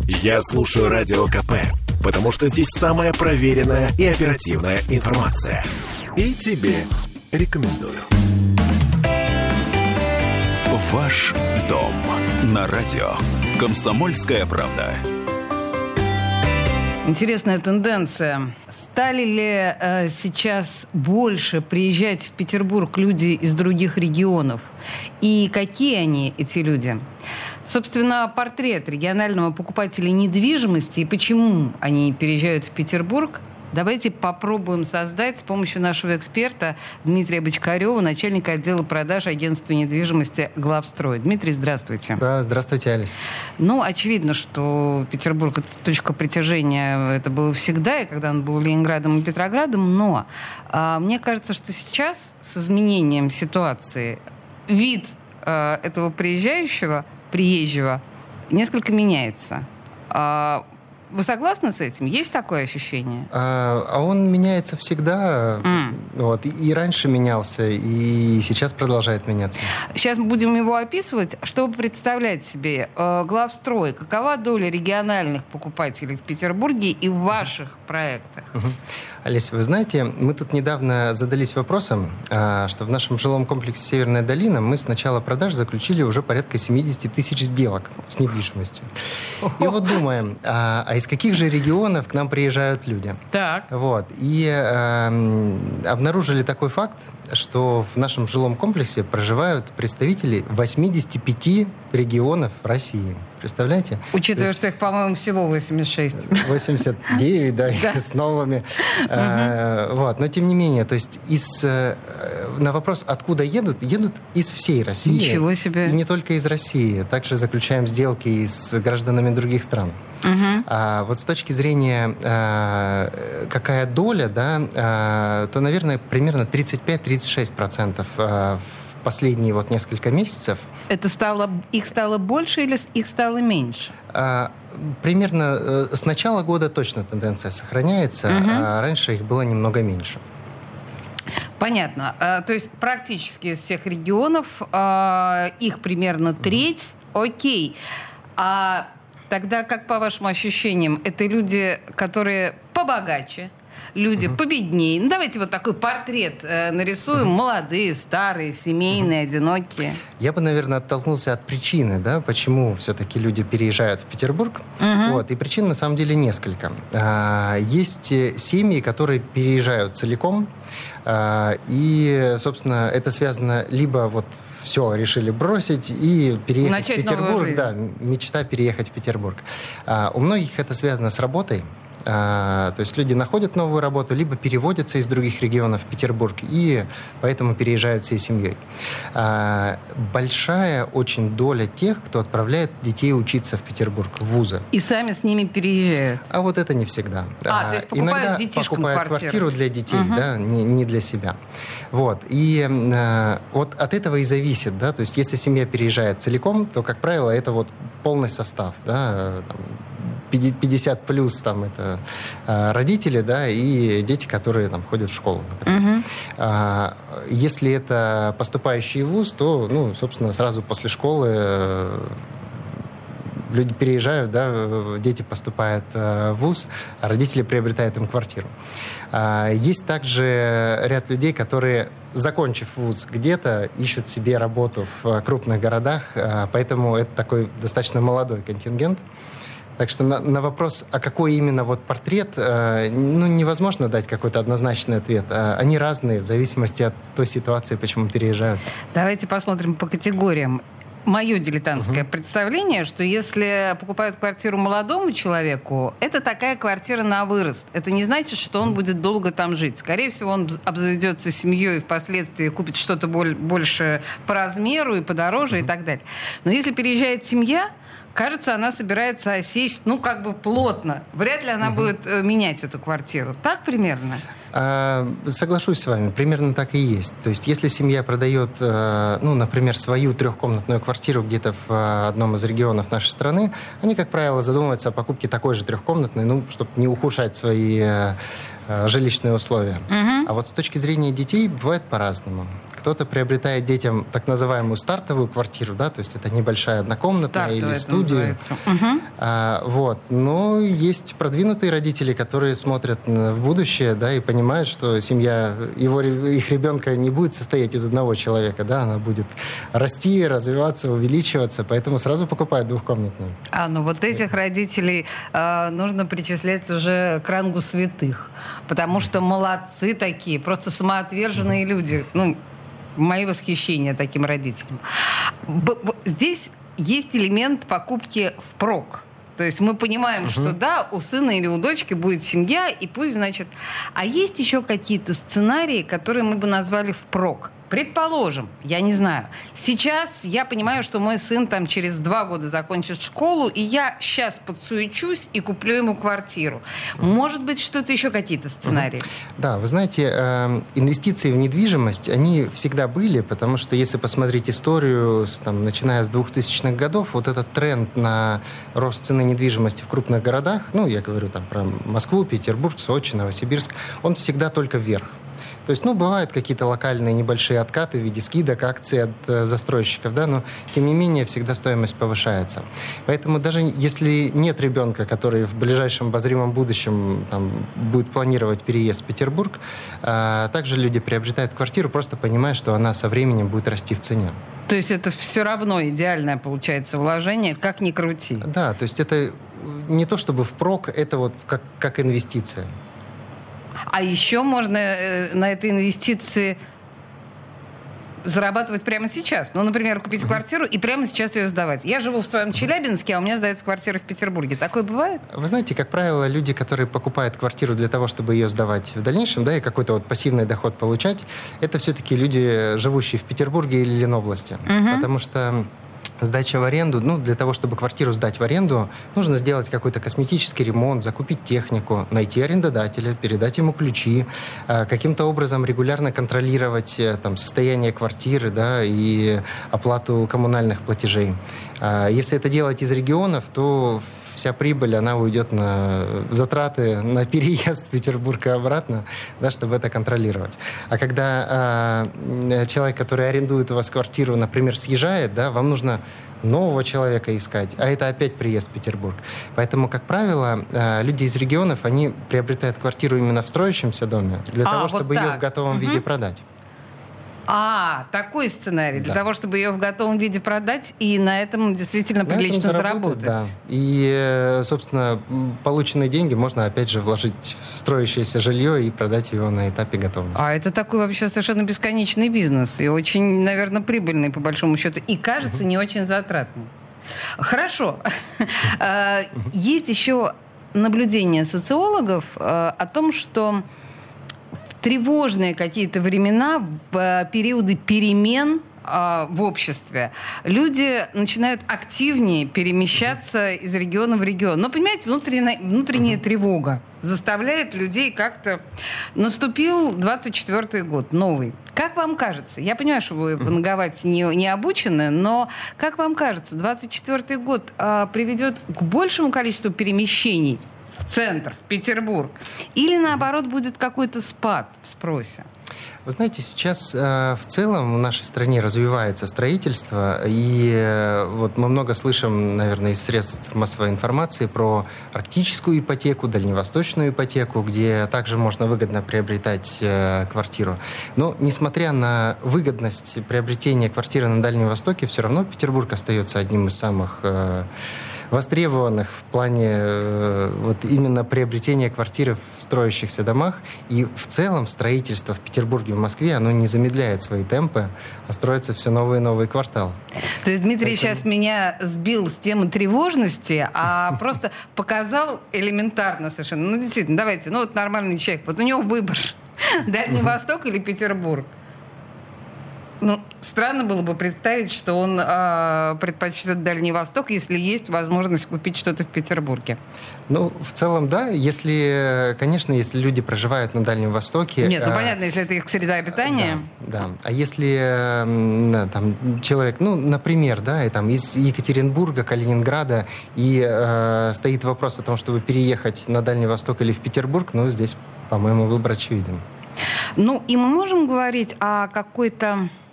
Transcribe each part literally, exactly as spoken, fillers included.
Я слушаю Радио КП, потому что здесь самая проверенная и оперативная информация. И тебе рекомендую. Ваш дом на радио «Комсомольская правда». Интересная тенденция. Стали ли э, сейчас больше приезжать в Петербург люди из других регионов? И какие они, эти люди? Собственно, портрет регионального покупателя недвижимости и почему они переезжают в Петербург, давайте попробуем создать с помощью нашего эксперта Дмитрия Бочкарева, начальника отдела продаж агентства недвижимости «Главстрой». Дмитрий, здравствуйте. Да, здравствуйте, Алис. Ну, очевидно, что Петербург — это точка притяжения, это было всегда, и когда он был Ленинградом и Петроградом, но а, мне кажется, что сейчас с изменением ситуации вид а, этого приезжающего, приезжего несколько меняется. А, Вы согласны с этим? Есть такое ощущение? А, а он меняется всегда. Mm. Вот, и, и раньше менялся, и сейчас продолжает меняться. Сейчас будем его описывать. Чтобы представлять себе, э, Главстрой, какова доля региональных покупателей в Петербурге и в ваших mm. проектах? Mm-hmm. Олеся, вы знаете, мы тут недавно задались вопросом, что в нашем жилом комплексе «Северная долина» мы с начала продаж заключили уже порядка семьдесят тысяч сделок с недвижимостью. И вот думаем, а, а из каких же регионов к нам приезжают люди? Так. Вот. И э, обнаружили такой факт, что в нашем жилом комплексе проживают представители восемьдесят пять регионов России. Представляете? Учитывая, есть, что их, по-моему, всего восемьдесят шесть. восемьдесят девять, да, с новыми. Вот. Но тем не менее, то есть из, на вопрос, откуда едут, едут из всей России. Ничего себе. И не только из России. Также заключаем сделки и с гражданами других стран. Uh-huh. А вот с точки зрения, а, какая доля, да, а, то, наверное, примерно тридцать пять - тридцать шесть процентов а, в последние вот несколько месяцев. Это стало, их стало больше или их стало меньше? А, примерно а, с начала года точно тенденция сохраняется, uh-huh. а раньше их было немного меньше. Понятно. А, то есть практически из всех регионов а, их примерно треть. Uh-huh. Окей. А тогда, как по вашим ощущениям, это люди, которые побогаче, люди uh-huh. победнее. Ну, давайте вот такой портрет э, нарисуем. Uh-huh. Молодые, старые, семейные, uh-huh. одинокие. Я бы, наверное, оттолкнулся от причины, да, почему все-таки люди переезжают в Петербург. Uh-huh. Вот, и причин, на самом деле, несколько. А, есть семьи, которые переезжают целиком, а, и, собственно, это связано либо вот все, решили бросить и переехать Начать в Петербург. Да, мечта переехать в Петербург. А, у многих это связано с работой. А, то есть люди находят новую работу, либо переводятся из других регионов в Петербург и поэтому переезжают всей семьей. А, большая очень доля тех, кто отправляет детей учиться в Петербург, в вузы. И сами с ними переезжают. А вот это не всегда. А, а то есть покупают иногда детишкам покупают квартиру. квартиру для детей, uh-huh. да, не, не для себя. Вот. И а, вот от этого и зависит, да, то есть если семья переезжает целиком, то, как правило, это вот полный состав, да, там, пятьдесят плюс там это а, родители, да, и дети, которые там ходят в школу, например. Uh-huh. А, если это поступающий в вуз, то, ну, собственно, сразу после школы э, люди переезжают, да, дети поступают э, в вуз, а родители приобретают им квартиру. А, есть также ряд людей, которые, закончив вуз где-то, ищут себе работу в крупных городах, а, поэтому это такой достаточно молодой контингент. Так что на, на вопрос, а какой именно вот портрет, э, ну, невозможно дать какой-то однозначный ответ. А они разные в зависимости от той ситуации, почему переезжают. Давайте посмотрим по категориям. Мое дилетантское uh-huh. представление, что если покупают квартиру молодому человеку, это такая квартира на вырост. Это не значит, что он uh-huh. будет долго там жить. Скорее всего, он обзаведется семьей и впоследствии купит что-то боль- больше по размеру и подороже uh-huh. и так далее. Но если переезжает семья, кажется, она собирается осесть, ну, как бы плотно. Вряд ли она угу. будет э, менять эту квартиру. Так примерно? А, соглашусь с вами. Примерно так и есть. То есть, если семья продает, э, ну, например, свою трехкомнатную квартиру где-то в э, одном из регионов нашей страны, они, как правило, задумываются о покупке такой же трехкомнатной, ну, чтобы не ухудшать свои э, жилищные условия. Угу. А вот с точки зрения детей бывает по-разному. кто-то приобретает детям так называемую стартовую квартиру, да, то есть это небольшая однокомнатная или студия. Угу. А, вот. Но есть продвинутые родители, которые смотрят в будущее, да, и понимают, что семья его, их ребенка не будет состоять из одного человека, да, она будет расти, развиваться, увеличиваться, поэтому сразу покупают двухкомнатную. А, ну вот этих родителей э, нужно причислять уже к рангу святых, потому что молодцы такие, просто самоотверженные люди. Ну, мои восхищения таким родителям. Б- б- здесь есть элемент покупки впрок. То есть мы понимаем, uh-huh. что да, у сына или у дочки будет семья, и пусть, значит... А есть еще какие-то сценарии, которые мы бы назвали впрок? Предположим, я не знаю. Сейчас я понимаю, что мой сын там через два года закончит школу, и я сейчас подсуечусь и куплю ему квартиру. Может быть, что-то еще, какие-то сценарии? Uh-huh. Да, вы знаете, э, инвестиции в недвижимость, они всегда были, потому что если посмотреть историю, с, там, начиная с двухтысячных годов, вот этот тренд на рост цены недвижимости в крупных городах, ну, я говорю там про Москву, Петербург, Сочи, Новосибирск, он всегда только вверх. То есть, ну, бывают какие-то локальные небольшие откаты в виде скидок, акций от э, застройщиков, да, но, тем не менее, всегда стоимость повышается. Поэтому даже если нет ребенка, который в ближайшем обозримом будущем там, будет планировать переезд в Петербург, э, также люди приобретают квартиру, просто понимая, что она со временем будет расти в цене. То есть это все равно идеальное, получается, вложение, как ни крути. Да, то есть это не то чтобы впрок, это вот как, как инвестиция. А еще можно э, на этой инвестиции зарабатывать прямо сейчас. Ну, например, купить uh-huh. квартиру и прямо сейчас ее сдавать. Я живу в своем Челябинске, а у меня сдается квартира в Петербурге. Такое бывает? Вы знаете, как правило, люди, которые покупают квартиру для того, чтобы ее сдавать в дальнейшем, да, и какой-то вот пассивный доход получать, это все-таки люди, живущие в Петербурге или Ленобласти. Uh-huh. Потому что сдача в аренду, ну, для того, чтобы квартиру сдать в аренду, нужно сделать какой-то косметический ремонт, закупить технику, найти арендодателя, передать ему ключи, каким-то образом регулярно контролировать там, состояние квартиры, да, и оплату коммунальных платежей. Если это делать из регионов, то вся прибыль, она уйдет на затраты на переезд в Петербург и обратно, да, чтобы это контролировать. А когда э, человек, который арендует у вас квартиру, например, съезжает, да, вам нужно нового человека искать, а это опять приезд в Петербург. Поэтому, как правило, э, люди из регионов, они приобретают квартиру именно в строящемся доме для а, того, вот чтобы так. ее в готовом угу. виде продать. А, такой сценарий. Для да. того, чтобы ее в готовом виде продать и на этом действительно на прилично этом заработать. Да. И, собственно, полученные деньги можно, опять же, вложить в строящееся жилье и продать его на этапе готовности. А это такой вообще совершенно бесконечный бизнес. И очень, наверное, прибыльный, по большому счету. И, кажется, не очень затратный. Хорошо. Есть еще наблюдения социологов о том, что тревожные какие-то времена, в периоды перемен э, в обществе, люди начинают активнее перемещаться из региона в регион. Но, понимаете, внутренняя, внутренняя тревога заставляет людей как-то... Наступил двадцать четвёртый год, новый. Как вам кажется? Я понимаю, что вы ванговать не, не обучены, но как вам кажется, двадцать четвёртый год э, приведет к большему количеству перемещений в центр, в Петербург? Или, наоборот, будет какой-то спад в спросе? Вы знаете, сейчас э, в целом в нашей стране развивается строительство, и э, вот мы много слышим, наверное, из средств массовой информации про арктическую ипотеку, дальневосточную ипотеку, где также можно выгодно приобретать э, квартиру. Но, несмотря на выгодность приобретения квартиры на Дальнем Востоке, все равно Петербург остается одним из самых... Э, востребованных в плане э, вот именно приобретения квартиры в строящихся домах. И в целом строительство в Петербурге и в Москве, оно не замедляет свои темпы, а строятся все новые и новые кварталы. То есть Дмитрий Это... сейчас меня сбил с темы тревожности, а просто показал элементарно совершенно. Ну, действительно, давайте, ну вот нормальный человек, вот у него выбор. Дальний Восток или Петербург? Ну, странно было бы представить, что он э, предпочтет Дальний Восток, если есть возможность купить что-то в Петербурге. Ну, в целом, да. Если, конечно, если люди проживают на Дальнем Востоке... Нет, ну, э, понятно, если это их среда обитания. Да, да. А если э, там, человек, ну, например, да, и, там, из Екатеринбурга, Калининграда, и э, стоит вопрос о том, чтобы переехать на Дальний Восток или в Петербург, ну, здесь, по-моему, выбор очевиден. Ну, и мы можем говорить о какой-то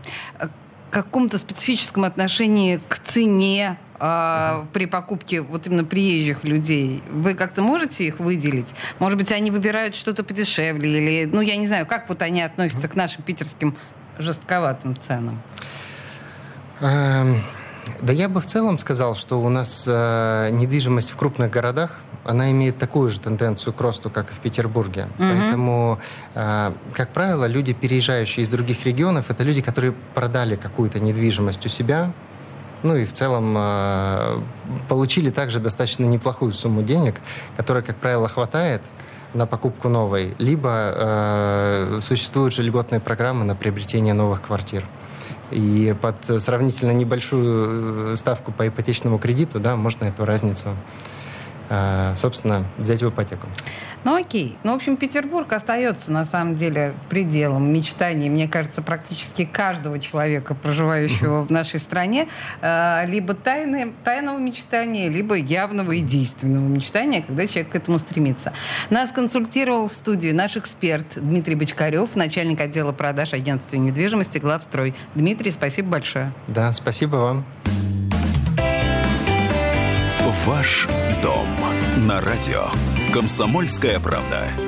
каком-то специфическом отношении к цене Uh-huh. при покупке вот именно приезжих людей, вы как-то можете их выделить? Может быть, они выбирают что-то подешевле? Или, ну, я не знаю, как вот они относятся uh-huh. к нашим питерским жестковатым ценам? Um, да я бы в целом сказал, что у нас uh, недвижимость в крупных городах, она имеет такую же тенденцию к росту, как и в Петербурге. Uh-huh. Поэтому, uh, как правило, люди, переезжающие из других регионов, это люди, которые продали какую-то недвижимость у себя, ну и в целом э, получили также достаточно неплохую сумму денег, которая, как правило, хватает на покупку новой, либо э, существуют же льготные программы на приобретение новых квартир. И под сравнительно небольшую ставку по ипотечному кредиту, да, можно эту разницу, э, собственно, взять в ипотеку. Ну окей. Ну, в общем, Петербург остается, на самом деле, пределом мечтаний, мне кажется, практически каждого человека, проживающего в нашей стране, э, либо тайны, тайного мечтания, либо явного и действенного мечтания, когда человек к этому стремится. Нас консультировал в студии наш эксперт Дмитрий Бочкарев, начальник отдела продаж агентства недвижимости «Главстрой». Дмитрий, спасибо большое. Да, спасибо вам. Ваш дом на радио «Комсомольская правда».